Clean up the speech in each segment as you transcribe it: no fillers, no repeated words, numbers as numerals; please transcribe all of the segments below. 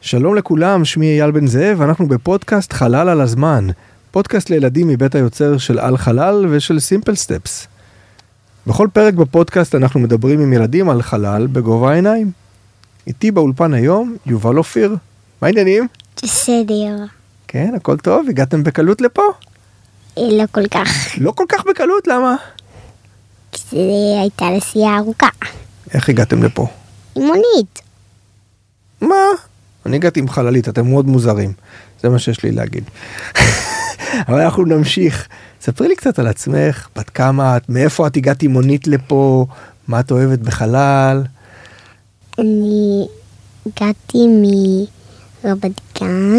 שלום לכולם, שמי אייל בן זאב, ואנחנו בפודקאסט חלל על הזמן. פודקאסט לילדים מבית היוצר של על חלל ושל סימפל סטפס. בכל פרק בפודקאסט אנחנו מדברים עם ילדים על חלל בגובה העיניים. איתי באולפן היום יובל אופיר. מה העניינים? בסדר. כן, הכל טוב? הגעתם בקלות לפה? לא כל כך. לא כל כך בקלות, למה? כי זה הייתה נסיעה ארוכה. איך הגעתם לפה? עם מונית. מה? אני הגעתי עם חללית, אתם מאוד מוזרים. זה מה שיש לי להגיד. אבל אנחנו נמשיך. ספרי לי קצת על עצמך, בת כמה את, מאיפה את הגעתי מונית לפה, מה את אוהבת בחלל? אני הגעתי מרמת גן,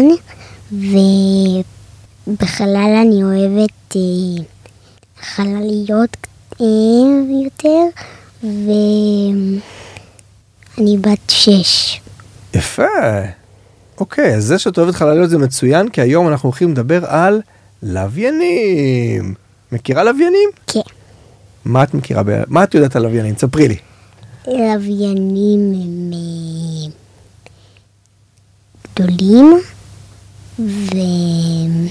ובחלל אני אוהבת חלליות יותר, ואני בת 6. יפה. אוקיי, אז זה שאת אוהבת חלליות זה מצוין, כי היום אנחנו הולכים לדבר על לוויינים. מכירה לוויינים? כן. מה את מכירה? מה את יודעת על לוויינים? ספרי לי. לוויינים הם גדולים, והם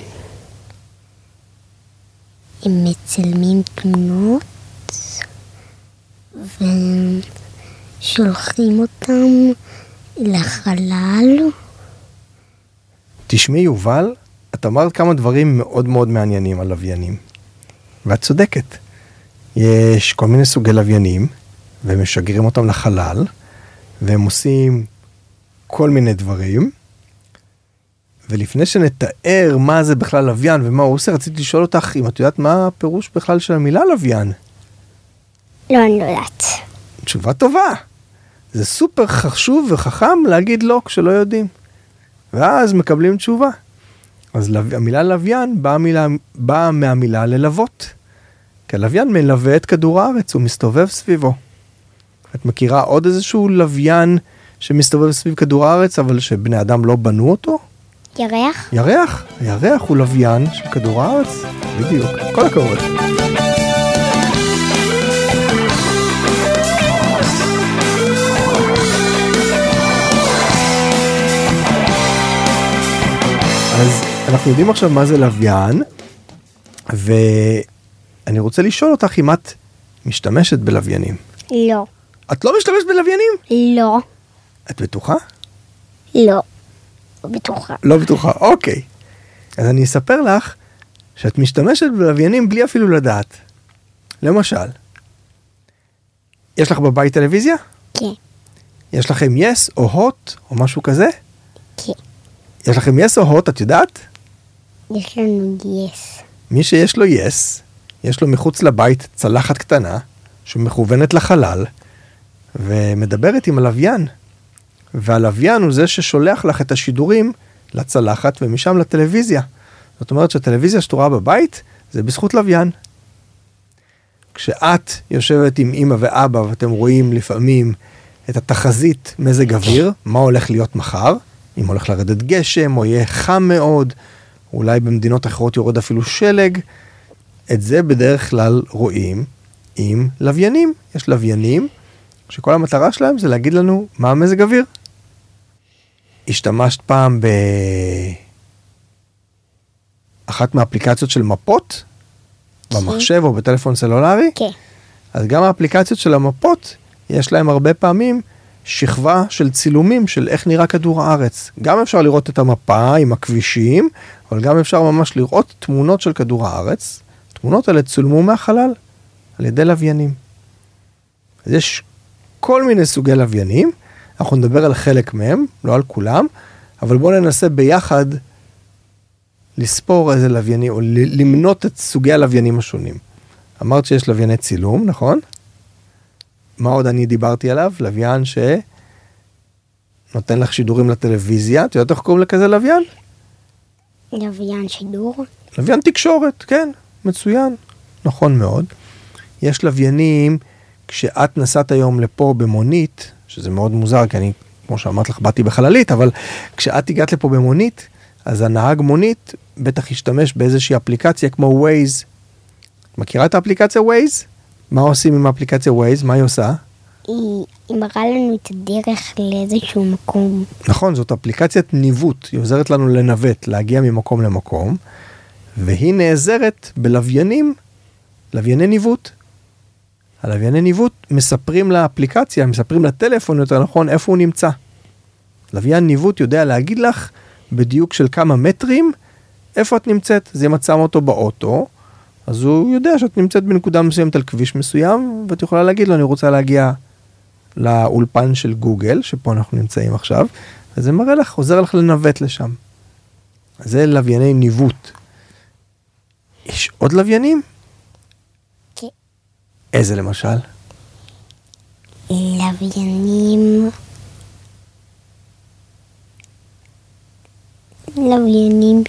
מצלמים תמונות, ושולחים אותם לחלל. תשמעי יובל, את אמרת כמה דברים מאוד מאוד מעניינים על לוויינים. ואת צודקת. יש כל מיני סוגי לוויינים, והם משגרים אותם לחלל, והם עושים כל מיני דברים. ולפני שנתאר מה זה בכלל לוויין ומה הוא עושה, רציתי לשאול אותך אם את יודעת מה הפירוש בכלל של המילה לוויין. לא, אני לא יודעת. תשובה טובה. זה סופר חשוב וחכם להגיד לא כשלא יודעים. ואז מקבלים תשובה. אז המילה לוויין באה מהמילה ללוות. כי הלוויין מלווה את כדור הארץ, הוא מסתובב סביבו. את מכירה עוד איזשהו לוויין שמסתובב סביב כדור הארץ, אבל שבני אדם לא בנו אותו? ירח? ירח. הירח הוא לוויין של כדור הארץ. בדיוק. כל הכבוד. אז אנחנו יודעים עכשיו מה זה לוויין, ואני רוצה לשאול אותך אם את משתמשת בלוויינים. לא. את לא משתמשת בלוויינים? לא. את בטוחה? לא. לא בטוחה. לא בטוחה, אוקיי. אז אני אספר לך שאת משתמשת בלוויינים בלי אפילו לדעת. למשל, יש לך בבית טלוויזיה? כן. יש לכם yes או hot או משהו כזה? כן. יש לכם yes או hot, את יודעת? יש לנו yes. מי שיש לו yes, יש לו מחוץ לבית צלחת קטנה, שמכוונת לחלל, ומדברת עם הלוויין. והלוויין הוא זה ששולח לך את השידורים לצלחת ומשם לטלוויזיה. זאת אומרת שהטלוויזיה שאתה רואה בבית, זה בזכות לוויין. כשאת יושבת עם אמא ואבא, ואתם רואים לפעמים את התחזית מזג אוויר, מה הולך להיות מחר, אם הולך לרדת גשם, או יהיה חם מאוד, אולי במדינות אחרות יורד אפילו שלג, את זה בדרך כלל רואים עם לוויינים. יש לוויינים שכל המטרה שלהם זה להגיד לנו מה המזג אוויר. השתמשת פעם באחת מהאפליקציות של מפות, במחשב או בטלפון סלולרי? כן. אז גם האפליקציות של המפות, יש להם הרבה פעמים שכבה של צילומים של איך נראה כדור הארץ. גם אפשר לראות את המפה עם הכבישים, אבל גם אפשר ממש לראות תמונות של כדור הארץ. תמונות האלה צולמו מהחלל על ידי לוויינים. אז יש כל מיני סוגי לוויינים, אנחנו נדבר על חלק מהם, לא על כולם, אבל בואו ננסה ביחד לספור איזה לוויינים, או למנות את סוגי הלוויינים השונים. אמרת שיש לווייני צילום, נכון? מה עוד אני דיברתי עליו? לוויין שנותן לך שידורים לטלוויזיה. אתה יודעת איך קוראים לכזה לוויין? לוויין שידור. לוויין תקשורת, כן, מצוין. נכון מאוד. יש לוויינים, כשאת נסעת היום לפה במונית, שזה מאוד מוזר, כי אני, כמו שאמרת לך, באתי בחללית, אבל כשאת הגעת לפה במונית, אז הנהג מונית בטח ישתמש באיזושהי אפליקציה כמו Waze. מכירה את האפליקציה Waze? מה עושים עם האפליקציה Waze? מה היא עושה? היא מראה לנו את הדרך לאיזשהו מקום. נכון, זאת אפליקציית ניווט, היא עוזרת לנו לנווט, להגיע ממקום למקום, והיא נעזרת בלוויינים, לווייני ניווט. הלווייני ניווט מספרים לאפליקציה, מספרים לטלפון יותר נכון, איפה הוא נמצא. לוויין ניווט יודע להגיד לך בדיוק של כמה מטרים, איפה את נמצאת. זה אם את שמה אותו באוטו, אז הוא יודע שאת נמצאת בנקודה מסוימת על כביש מסוים, ואת יכולה להגיד לו, אני רוצה להגיע לאולפן של גוגל, שפה אנחנו נמצאים עכשיו, וזה מראה לך, עוזר לך לנווט לשם. זה לווייני ניווט. יש עוד לוויינים? כן. איזה למשל? לוויינים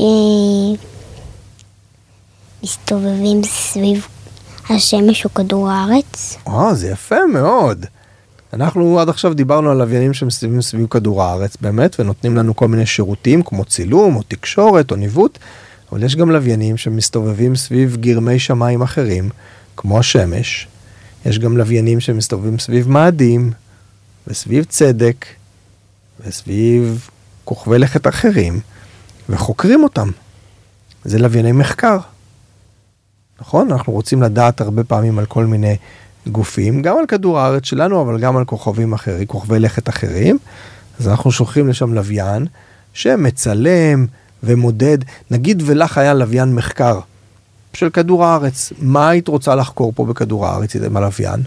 שמסתובבים סביב השמש או כדור הארץ. זה יפה מאוד. אנחנו עד עכשיו דיברנו על לוויינים שמסתובבים סביב כדור הארץ באמת, ונותנים לנו כל מיני שירותים כמו צילום או תקשורת או ניווט, אבל יש גם לוויינים שמסתובבים סביב גרמי שמיים אחרים, כמו השמש. יש גם לוויינים שמסתובבים סביב מאדים, וסביב צדק, וסביב כוכבי לכת אחרים, וחוקרים אותם. זה לווייני מחקר. נכון? אנחנו רוצים לדעת הרבה פעמים על כל מיני גופים, גם על כדור הארץ שלנו, אבל גם על כוכבים אחרים, כוכבי לכת אחרים. אז אנחנו שולחים לשם לוויין שמצלם ומודד. נגיד ולך היה לוויין מחקר של כדור הארץ. מה היית רוצה לחקור פה בכדור הארץ עם הלוויין?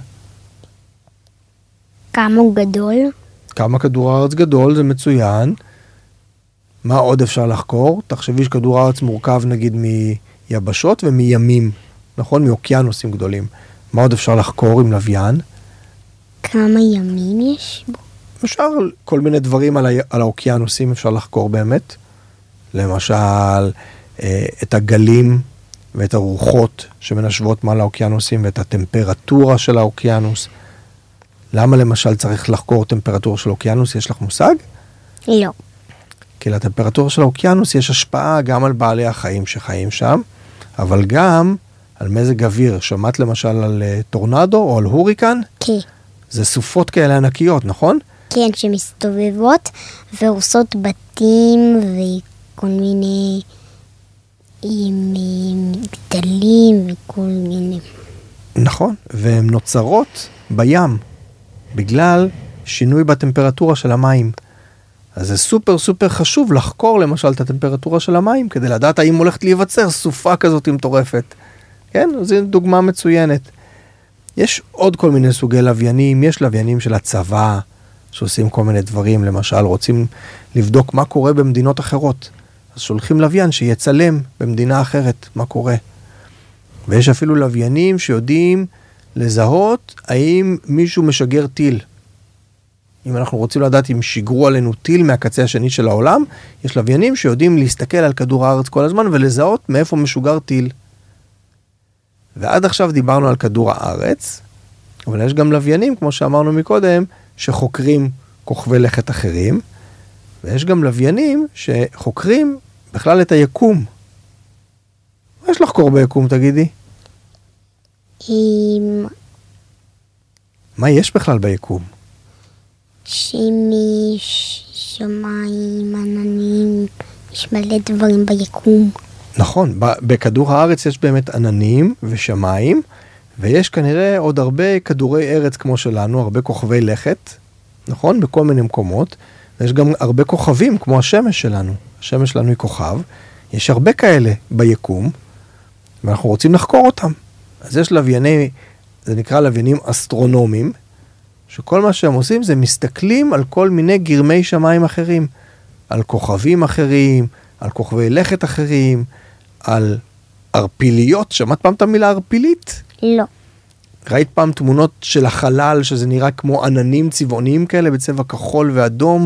כמה הוא גדול? כמה כדור הארץ גדול, זה מצוין. מה עוד אפשר לחקור? תחשבי שכדור הארץ מורכב נגיד מיבשות ומימים, נכון? מאוקיינוסים גדולים. מה עוד אפשר לחקור עם לוויין? כמה ימים יש בו? אפשר כל מיני דברים על האוקיינוסים אפשר לחקור באמת. למשל, את הגלים ואת הרוחות שמנשבות מעל האוקיינוסים ואת הטמפרטורה של האוקיינוס. למה למשל צריך לחקור טמפרטורה של אוקיינוס? יש לך מושג? לא. כי לטמפרטורה של האוקיינוס יש השפעה גם על בעלי החיים שחיים שם, אבל גם על מזג אוויר. שמעת למשל על טורנדו או על הוריקן? כן. זה סופות כאלה ענקיות, נכון? כן, שמסתובבות והורסות בתים וכל מיני גדלים וכל מיני. נכון, והן נוצרות בים, בגלל שינוי בטמפרטורה של המים. אז זה סופר סופר חשוב לחקור למשל את הטמפרטורה של המים, כדי לדעת האם הולכת להיווצר סופה כזאת מטורפת. כן, זו דוגמה מצוינת. יש עוד כל מיני סוגי לוויינים, יש לוויינים של הצבא, שעושים כל מיני דברים, למשל רוצים לבדוק מה קורה במדינות אחרות. אז שולחים לוויין שיצלם במדינה אחרת מה קורה. ויש אפילו לוויינים שיודעים לזהות האם מישהו משגר טיל. אם אנחנו רוצים לדעת אם שיגרו עלינו טיל מהקצה השני של העולם, יש לוויינים שיודעים להסתכל על כדור הארץ כל הזמן ולזהות מאיפה משוגר טיל. ועד עכשיו דיברנו על כדור הארץ, אבל יש גם לוויינים, כמו שאמרנו מקודם, שחוקרים כוכבי לכת אחרים, ויש גם לוויינים שחוקרים בכלל את היקום. מה יש לחקור ביקום, תגידי? מה יש בכלל ביקום? שמש, שמיים, עננים, יש מלא דברים ביקום. נכון, בכדור הארץ יש באמת עננים ושמיים, ויש כנראה עוד הרבה כדורי ארץ כמו שלנו, הרבה כוכבי לכת, נכון? בכל מיני מקומות, ויש גם הרבה כוכבים כמו השמש שלנו. השמש שלנו היא כוכב, יש הרבה כאלה ביקום, ואנחנו רוצים לחקור אותם. אז יש לווייני, זה נקרא לוויינים אסטרונומיים, שכל מה שהם עושים זה מסתכלים על כל מיני גרמי שמיים אחרים, על כוכבים אחרים, על כוכבי לכת אחרים, על ערפיליות. שמעת פעם את המילה ערפילית? לא. ראית פעם תמונות של החלל שזה נראה כמו עננים צבעוניים כאלה בצבע כחול ואדום?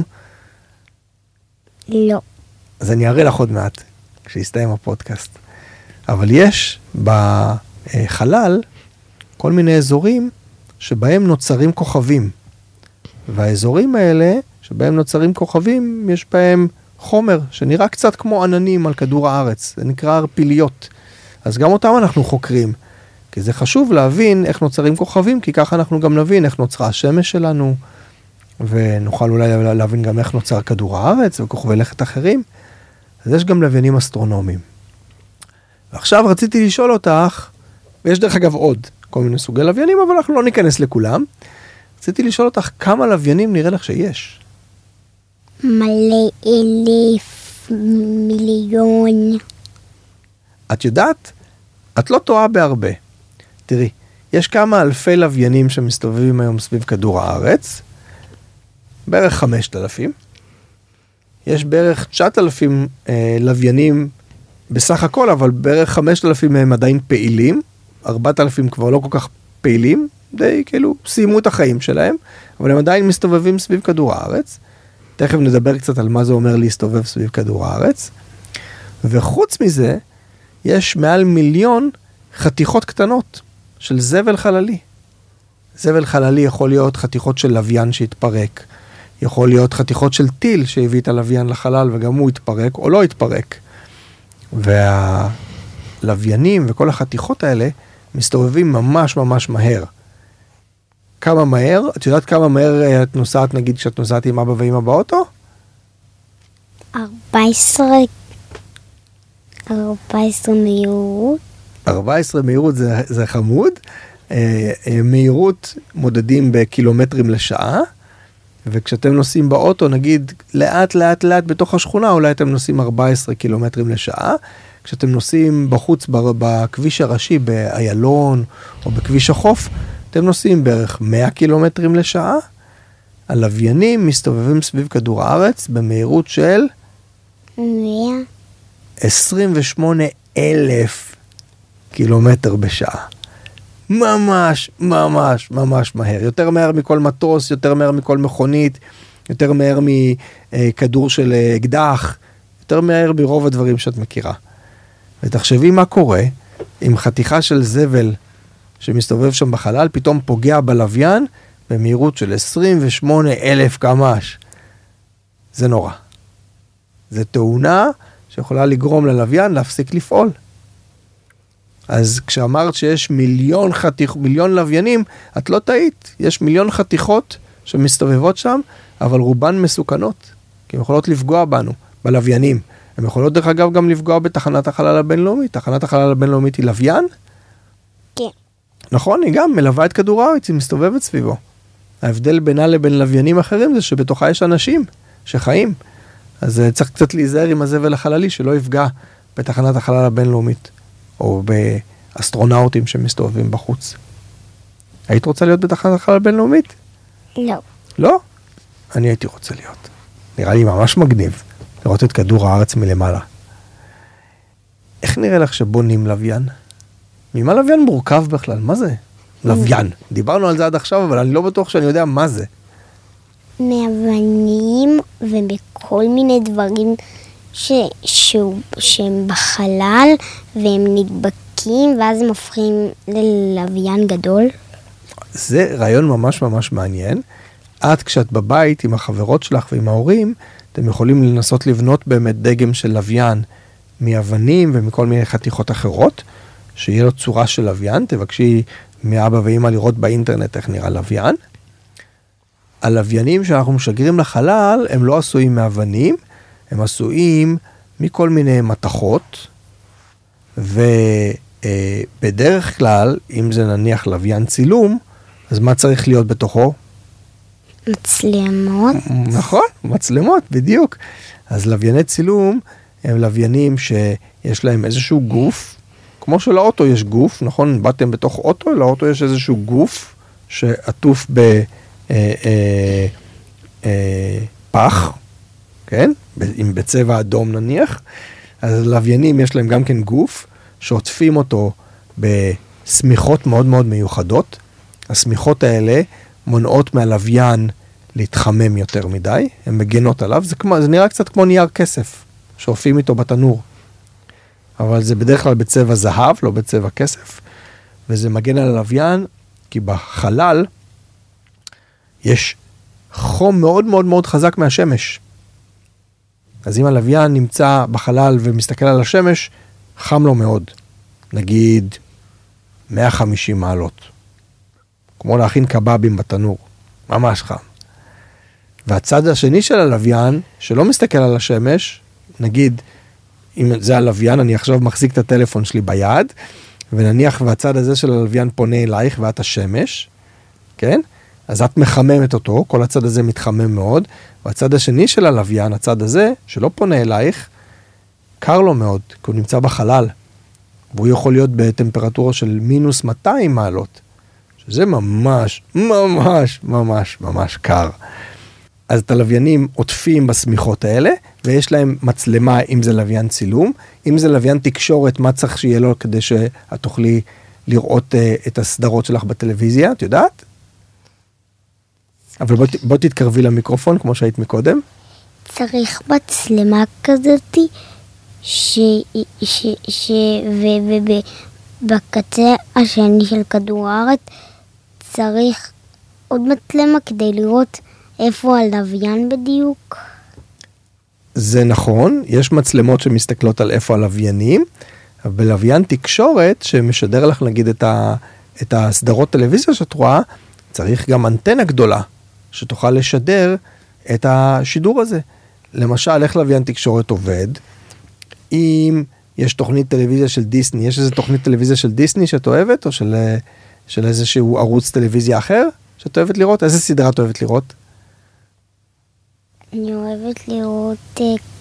לא. אז אני אראה לך עוד מעט כשיסתיים הפודקאסט. אבל יש בחלל כל מיני אזורים שבהם נוצרים כוכבים. והאזורים האלה שבהם נוצרים כוכבים יש בהם חומר שנראה קצת כמו עננים על כדור הארץ. זה נקרא ערפיליות. אז גם אותם אנחנו חוקרים כי זה חשוב להבין איך נוצרים כוכבים, כי ככה אנחנו גם נבין איך נוצרה השמש שלנו, ונוכל אולי להבין גם איך נוצר כדור הארץ וכוכבי לכת אחרים. אז יש גם לוויינים אסטרונומיים. ועכשיו רציתי לשאול אותך, ויש דרך אגב עוד כל מיני סוגי לוויינים, אבל אנחנו לא ניכנס לכולם. רציתי לשאול אותך כמה לוויינים נראה לך שיש. מלא, 1,000, מיליון. את יודעת? את לא טועה בהרבה. תראי, יש כמה אלפי לוויינים שמסתובבים היום סביב כדור הארץ, בערך 5,000. יש בערך 9,000 לוויינים בסך הכל, אבל בערך 5,000 מהם עדיין פעילים, 4,000 כבר לא כל כך פעילים, די כאילו סיימו את החיים שלהם, אבל הם עדיין מסתובבים סביב כדור הארץ. תכף נדבר קצת על מה זה אומר להסתובב סביב כדור הארץ. וחוץ מזה, יש מעל 1,000,000 חתיכות קטנות של זבל חללי. זבל חללי יכול להיות חתיכות של לוויין שהתפרק, יכול להיות חתיכות של טיל שהביא את הלוויין לחלל וגם הוא התפרק או לא התפרק. והלוויינים וכל החתיכות האלה מסתובבים ממש ממש מהר. כמה מהר? את יודעת כמה מהר את נוסעת, נגיד, כשאת נוסעת עם אבא ואמא באוטו? 14 מהירות. 14 מהירות זה חמוד. מהירות מודדים בקילומטרים לשעה, וכשאתם נוסעים באוטו, נגיד לאט לאט לאט בתוך השכונה, אולי אתם נוסעים 14 קילומטרים לשעה. כשאתם נוסעים בחוץ בכביש הראשי, באיילון או בכביש החוף, אתם נוסעים בערך 100 קילומטרים לשעה. הלוויינים מסתובבים סביב כדור הארץ במהירות של 28,000 קילומטר בשעה. ממש, ממש, ממש מהר. יותר מהר מכל מטוס, יותר מהר מכל מכונית, יותר מהר מכדור של אקדח, יותר מהר ברוב הדברים שאת מכירה. ותחשבי מה קורה אם חתיכה של זבל שמסתובב שם בחלל, פתאום פוגע בלוויין במהירות של 28,000 קמ"ש. זה נורא. זה תאונה שיכולה לגרום ללוויין להפסיק לפעול. אז כשאמרת שיש 1,000,000 לוויינים, את לא טעית. יש 1,000,000 חתיכות שמסתובבות שם, אבל רובן מסוכנות, כי הן יכולות לפגוע בנו, בלוויינים. הן יכולות דרך אגב גם לפגוע בתחנת החלל הבינלאומית. תחנת החלל הבינלאומית היא לוויין? כן. נכון, היא גם מלווה את כדור הארץ, היא מסתובבת סביבו. ההבדל בינה לבין לוויינים אחרים זה שבתוכה יש אנשים שחיים. אז צריך קצת להיזהר עם הזבל החללי, שלא יפגע בתחנת החלל הבינלאומית, או באסטרונאוטים שמסתובבים בחוץ. היית רוצה להיות בתחנת החלל הבינלאומית? לא. לא? אני הייתי רוצה להיות. נראה לי ממש מגניב לראות את כדור הארץ מלמעלה. איך נראה לך שבונים לוויין? ממה לוויין מורכב בכלל? מה זה? לוויין. דיברנו על זה עד עכשיו, אבל אני לא בטוח שאני יודע מה זה. מאבנים ומכל מיני דברים שהם בחלל והם נדבקים ואז הם הופכים ללוויין גדול. זה רעיון ממש ממש מעניין. את כשאת בבית עם החברות שלך ועם ההורים, אתם יכולים לנסות לבנות באמת דגם של לוויין מאבנים ומכל מיני חתיכות אחרות, שיהיה לו צורה של לוויין. תבקשי מאבא ואמא לראות באינטרנט איך נראה לוויין. הלוויינים שאנחנו משגרים לחלל הם לא עשויים מאבנים, הם עשויים מכל מיני מתכות, ובדרך כלל, אם זה נניח לוויין צילום, אז מה צריך להיות בתוכו? מצלמות. נכון, מצלמות, בדיוק. אז לווייני צילום הם לוויינים שיש להם איזשהו גוף, כמו שלאוטו יש גוף, נכון? באתם בתוך אוטו, לאוטו יש איזשהו גוף שעטוף פח, כן? אם בצבע אדום נניח. אז לוויינים יש להם גם כן גוף, שעוטפים אותו בסמיכות מאוד מאוד מיוחדות. הסמיכות האלה מונעות מהלוויין להתחמם יותר מדי, הן מגנות עליו, זה נראה קצת כמו נייר כסף, שעופים איתו בתנור. אבל זה בדרך כלל בצבע זהב, לא בצבע כסף, וזה מגן על הלוויין, כי בחלל יש חום מאוד מאוד מאוד חזק מהשמש. אז אם הלוויין נמצא בחלל ומסתכל על השמש, חם לו מאוד. נגיד 150 מעלות. כמו להכין קבבים בתנור. ממש חם. והצד השני של הלוויין, שלא מסתכל על השמש, נגיד, אם זה הלוויין, אני עכשיו מחזיק את הטלפון שלי ביד, ונניח והצד הזה של הלוויין פונה אלייך ואת השמש, כן? אז את מחממת אותו, כל הצד הזה מתחמם מאוד, והצד השני של הלוויין, הצד הזה, שלא פונה אלייך, קר לו מאוד, כי הוא נמצא בחלל, והוא יכול להיות בטמפרטורה של מינוס 200 מעלות, שזה ממש, ממש, ממש, ממש קר. אז את הלוויינים עוטפים בסמיכות האלה, ויש להם מצלמה אם זה לוויין צילום, אם זה לוויין תקשורת, מה צריך שיהיה לו כדי שאת תוכלי לראות את הסדרות שלך בטלוויזיה, את יודעת? אבל בוא תתקרבי למיקרופון, כמו שהיית מקודם. צריך מצלמה כזאת, ובקצה השני של כדור הארץ צריך עוד מצלמה כדי לראות איפה הלוויין בדיוק. זה נכון, יש מצלמות שמסתכלות על איפה הלוויינים, אבל בלוויין תקשורת שמשדר לך נגיד את הסדרות טלוויזיה שאת רואה, צריך גם אנטנה גדולה שתוכל לשדר את השידור הזה. למשל, איך לוויין תקשורת עובד? אם יש תוכנית טלוויזיה של דיסני, יש איזו תוכנית טלוויזיה של דיסני שאת אוהבת, או של איזשהו ערוץ טלוויזיה אחר שאת אוהבת לראות? איזה סדרה את אוהבת לראות? אני אוהבת לראות,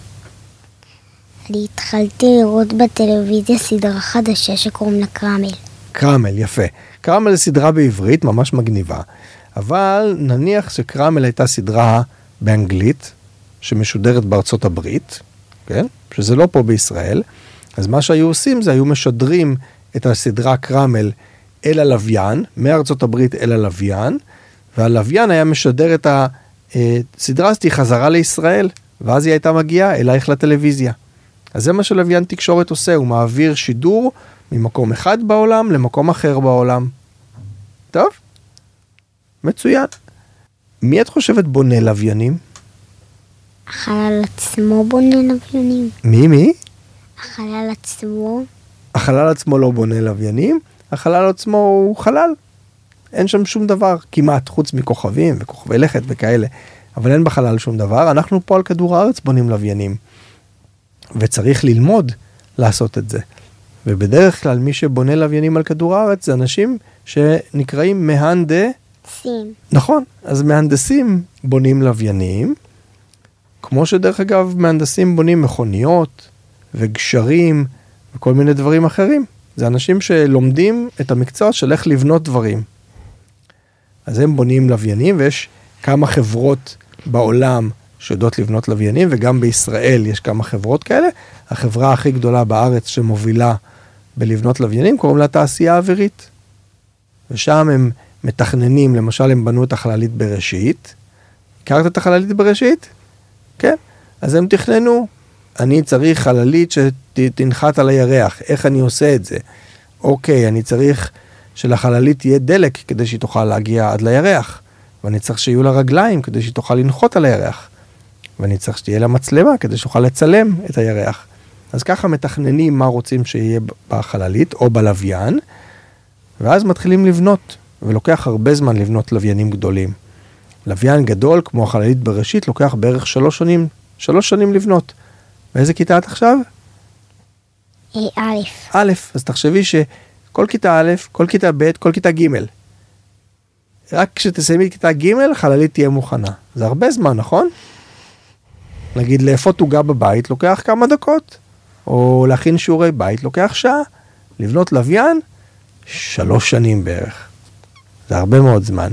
אני התחלתי לראות בטלוויזיה סדרה חדשה שקוראים לה קרמל. קרמל, יפה. קרמל זה סדרה בעברית, ממש מגניבה. אבל נניח שקרמל הייתה סדרה באנגלית, שמשודרת בארצות הברית, כן? שזה לא פה בישראל. אז מה שהיו עושים זה היו משדרים את הסדרה קרמל אל הלוויין, מארצות הברית אל הלוויין, והלוויין היה משדר את הסדרה הזאת חזרה לישראל, ואז היא הייתה מגיעה אלייך לטלוויזיה. אז זה מה שלוויין תקשורת עושה, הוא מעביר שידור ממקום אחד בעולם למקום אחר בעולם. טוב? מצוין. מי את חושבת בונה לוויינים? החלל עצמו בונה לוויינים. מי? החלל עצמו. החלל עצמו לא בונה לוויינים, החלל עצמו הוא חלל. אין שם שום דבר, כמעט, חוץ מכוכבים וכוכבי לכת וכאלה. אבל אין בחלל שום דבר. אנחנו פה על כדור הארץ בונים לוויינים. וצריך ללמוד לעשות את זה. ובדרך כלל מי שבונה לוויינים על כדור הארץ זה אנשים שנקראים מהנדסים. נכון, אז מהנדסים בונים לוויינים, כמו שדרך אגב מהנדסים בונים מכוניות וגשרים וכל מיני דברים אחרים. זה אנשים שלומדים את המקצוע של איך לבנות דברים. אז הם בונים לוויינים, ויש כמה חברות בעולם שיודעות לבנות לוויינים, וגם בישראל יש כמה חברות כאלה. החברה הכי גדולה בארץ שמובילה בלבנות לוויינים, קוראים לה תעשייה אווירית. ושם הם מתכננים, למשל הם בנו את החללית בראשית. הכרת את החללית בראשית? כן. אז הם תכננו, אני צריך חללית שתנחת על הירח. איך אני עושה את זה? אוקיי, אני צריך שלחללית תהיה דלק כדי שהיא תוכל להגיע עד לירח. ואני צריך שיהיו לה רגליים כדי שהיא תוכל לנחות על הירח. ואני צריך שתהיה לה מצלמה כדי שתוכל לצלם את הירח. אז ככה מתכננים מה רוצים שיהיה בחללית או בלוויין, ואז מתחילים לבנות, ולוקח הרבה זמן לבנות לוויינים גדולים. לוויין גדול, כמו החללית בראשית, לוקח בערך 3 שנים לבנות. באיזה כיתה את עכשיו? א'. אז תחשבי שכל כיתה א', כל כיתה ב', כל כיתה ג'. רק כשתסיימי את כיתה ג', החללית תהיה מוכנה. זה הרבה זמן, נכון? נגיד, לאפות עוגה בבית לוקח כמה דקות, או להכין שיעורי בית לוקח שעה. לבנות לוויין, 3 שנים בערך. זה הרבה מאוד זמן.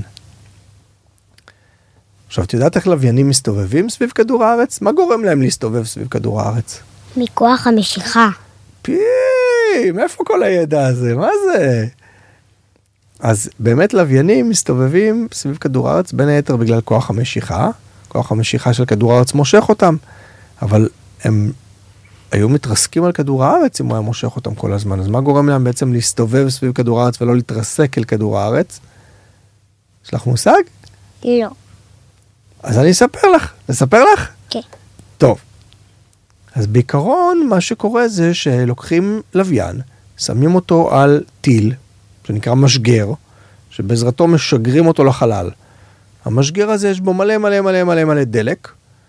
עכשיו, את יודעת איך לוויינים מסתובבים סביב כדור הארץ? מה גורם להם להסתובב סביב כדור הארץ? מכוח המשיכה. מאיפה כל הידע הזה? מה זה? אז באמת לוויינים מסתובבים סביב כדור הארץ, בין היתר בגלל כוח המשיכה. כוח המשיכה של כדור הארץ מושך אותם, אבל הם היו מתרסקים על כדור הארץ אם הוא היה מושך אותם כל הזמן. אז מה גורם להם בעצם להסתובב סביב כדור הארץ ולא להתרסק אל כדור הארץ? יש לך מושג? לא. אז אני אספר לך. נספר לך? כן. טוב. אז בעיקרון מה שקורה זה שלוקחים לוויין, שמים אותו על טיל, שנקרא משגר, שבעזרתו משגרים אותו לחלל. המשגר הזה יש בו מלא מלא מלא מלא מלא דלק,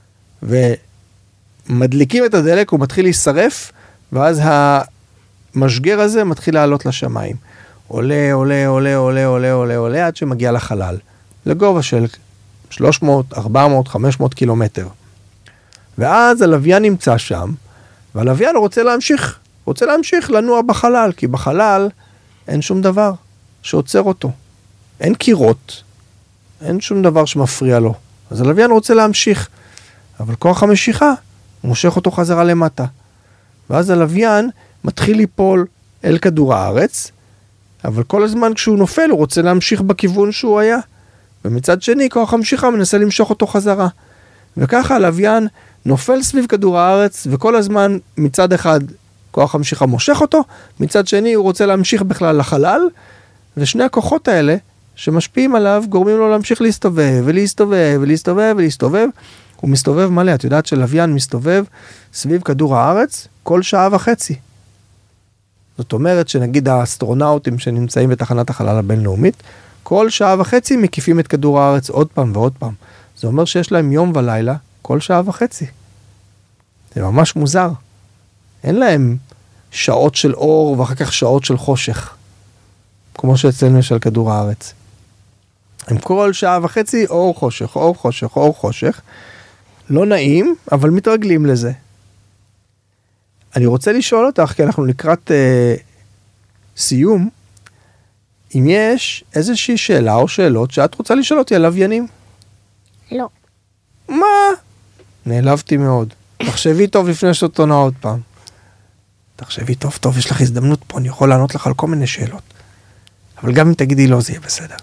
ומדליקים את הדלק, הוא מתחיל להישרף, ואז המשגר הזה מתחיל לעלות לשמיים. עולה, עולה, עולה, עולה, עולה, עולה, עולה, עד שמגיע לחלל. לגובה של 300, 400, 500 קילומטר. ואז הלוויין נמצא שם, והלוויין רוצה להמשיך לנוע בחלל, כי בחלל אין שום דבר שעוצר אותו. אין קירות, אין שום דבר שמפריע לו. אז הלוויין רוצה להמשיך, אבל כוח המשיכה מושך אותו חזרה למטה. ואז הלוויין מתחיל ליפול אל כדור הארץ, אבל כל הזמן כשהוא נופל הוא רוצה להמשיך בכיוון שהוא היה. ומצד שני כוח המשיכה מנסה למשוך אותו חזרה. וככה הלוויין נופל סביב כדור הארץ, וכל הזמן מצד אחד כוח המשיכה מושך אותו, מצד שני הוא רוצה להמשיך בכלל לחלל, ושני הכוחות האלה שמשפיעים עליו גורמים לו להמשיך להסתובב ולהסתובב ולהסתובב ולהסתובב. הוא מסתובב מלא, את יודעת שלוויין מסתובב סביב כדור הארץ כל שעה וחצי. זאת אומרת שנגיד האסטרונאוטים שנמצאים בתחנת החלל הבינלאומית, כל שעה וחצי מקיפים את כדור הארץ עוד פעם ועוד פעם. זה אומר שיש להם יום ולילה כל שעה וחצי. זה ממש מוזר. אין להם שעות של אור ואחר כך שעות של חושך. כמו שאצלנו יש על כדור הארץ. הם כל שעה וחצי אור חושך, אור חושך, אור חושך. לא נעים, אבל מתרגלים לזה. אני רוצה לשאול אותך, כי אנחנו לקראת סיום, אם יש איזושהי שאלה או שאלות שאת רוצה לשאול אותי על לוויינים? לא. מה? נעלבתי מאוד. תחשבי טוב לפני שאת עונה עוד פעם. תחשבי טוב טוב, יש לך הזדמנות פה, אני יכול לענות לך על כל מיני שאלות. אבל גם אם תגידי לא, זה יהיה בסדר.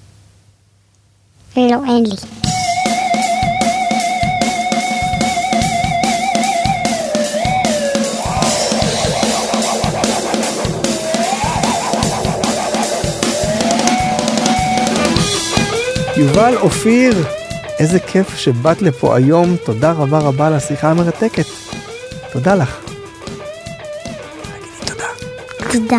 לא, אין לי. יובל, אופיר, איזה כיף שבאת לפה היום. תודה רבה רבה על השיחה המרתקת. תודה לך. תודה. תודה.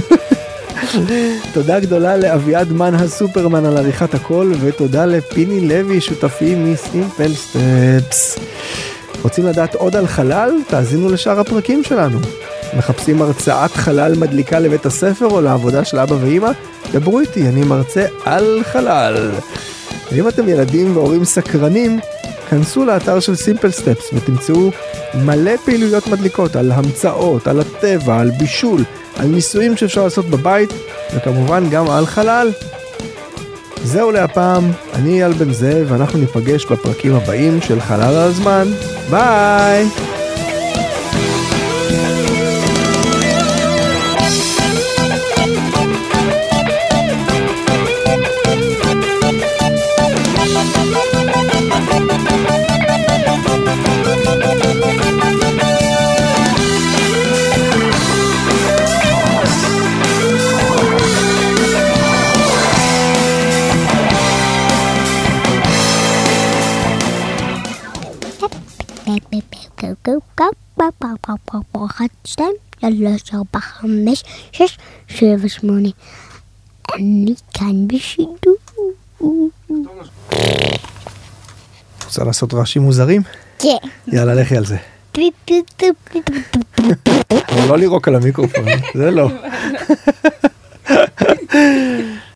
תודה גדולה לאביעד מן הסופרמן על עריכת הכל, ותודה לפיני לוי, שותפי מסימפל סטפס. רוצים לדעת עוד על חלל? תאזינו לשאר הפרקים שלנו. מחפשים הרצאת חלל מדליקה לבית הספר או לעבודה של אבא ואמא? דברו איתי, אני מרצה על חלל. ואם אתם ילדים והורים סקרנים, כנסו לאתר של סימפל סטפס ותמצאו מלא פעילויות מדליקות על המצאות, על הטבע, על בישול, על ניסויים שאפשר לעשות בבית, וכמובן גם על חלל. זהו להפעם, אני אייל בן זאב, ואנחנו ניפגש בפרקים הבאים של חלל על הזמן. ביי! אחת, שתיים, 3, 4, 5, 6, 7, 8. אני כאן בשידור. רוצה לעשות רעשים מוזרים? כן. יאללה, לכי על זה. אבל לא לירוק על המיקרופון, זה לא.